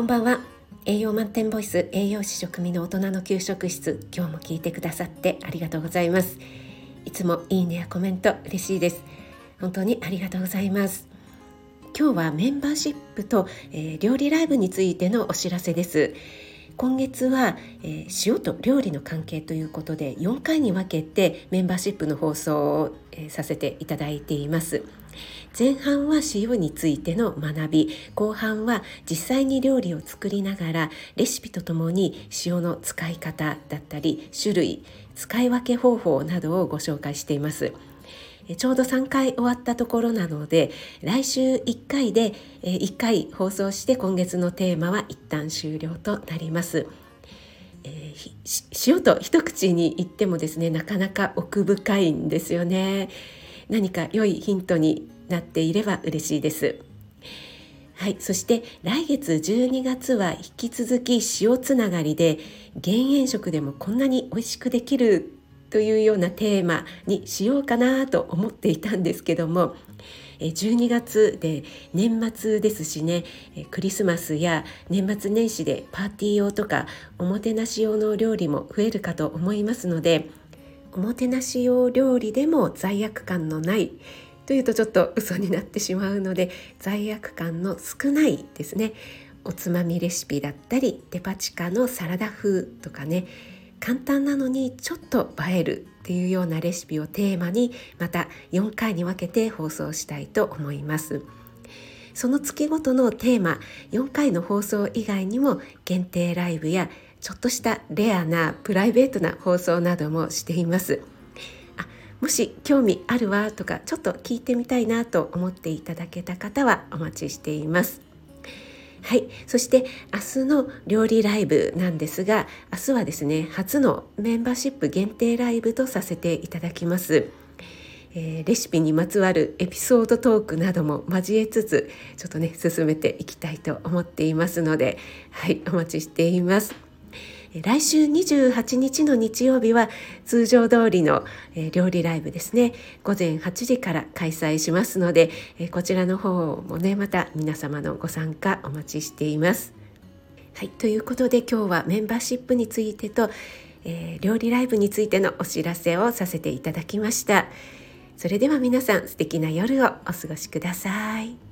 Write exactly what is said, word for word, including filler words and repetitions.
ばんは。栄養満点ボイス、栄養士食味の大人の給食室、今日も聞いてくださってありがとうございます。いつもいいねやコメント嬉しいです。本当にありがとうございます。今日はメンバーシップと、えー、料理ライブについてのお知らせです。今月は、えー、塩と料理の関係ということでよんかいに分けてメンバーシップの放送を、えー、させていただいています。前半は塩についての学び、後半は実際に料理を作りながらレシピとともに塩の使い方だったり種類、使い分け方法などをご紹介しています。ちょうどさんかい終わったところなので、来週いっかいでいっかい放送して、今月のテーマは一旦終了となります。えー、塩と一口に言ってもですね、なかなか奥深いんですよね。何か良いヒントになっていれば嬉しいです。はい、そして来月じゅうにがつは引き続き塩つながりで、減塩食でもこんなに美味しくできるというようなテーマにしようかなと思っていたんですけども、じゅうにがつで年末ですしね、クリスマスや年末年始でパーティー用とかおもてなし用の料理も増えるかと思いますので、おもてなし用料理でも罪悪感のないというとちょっと嘘になってしまうので、罪悪感の少ないですね、おつまみレシピだったりデパ地下のサラダ風とかね、簡単なのにちょっと映えるっていうようなレシピをテーマに、またよんかいに分けて放送したいと思います。その月ごとのテーマ、よんかいの放送以外にも限定ライブやちょっとしたレアなプライベートな放送などもしています。あ、もし興味あるわとか、ちょっと聞いてみたいなと思っていただけた方はお待ちしています。はい、そして明日の料理ライブなんですが、明日はですね、初のメンバーシップ限定ライブとさせていただきます。えー、レシピにまつわるエピソードトークなども交えつつ、ちょっとね進めていきたいと思っていますので、はい、お待ちしています。来週にじゅうはちにちの日曜日は通常通りの料理ライブですね、ごぜんはちじから開催しますので、こちらの方もね、また皆様のご参加お待ちしています。はい、ということで今日はメンバーシップについてと、えー、料理ライブについてのお知らせをさせていただきました。それでは皆さん、素敵な夜をお過ごしください。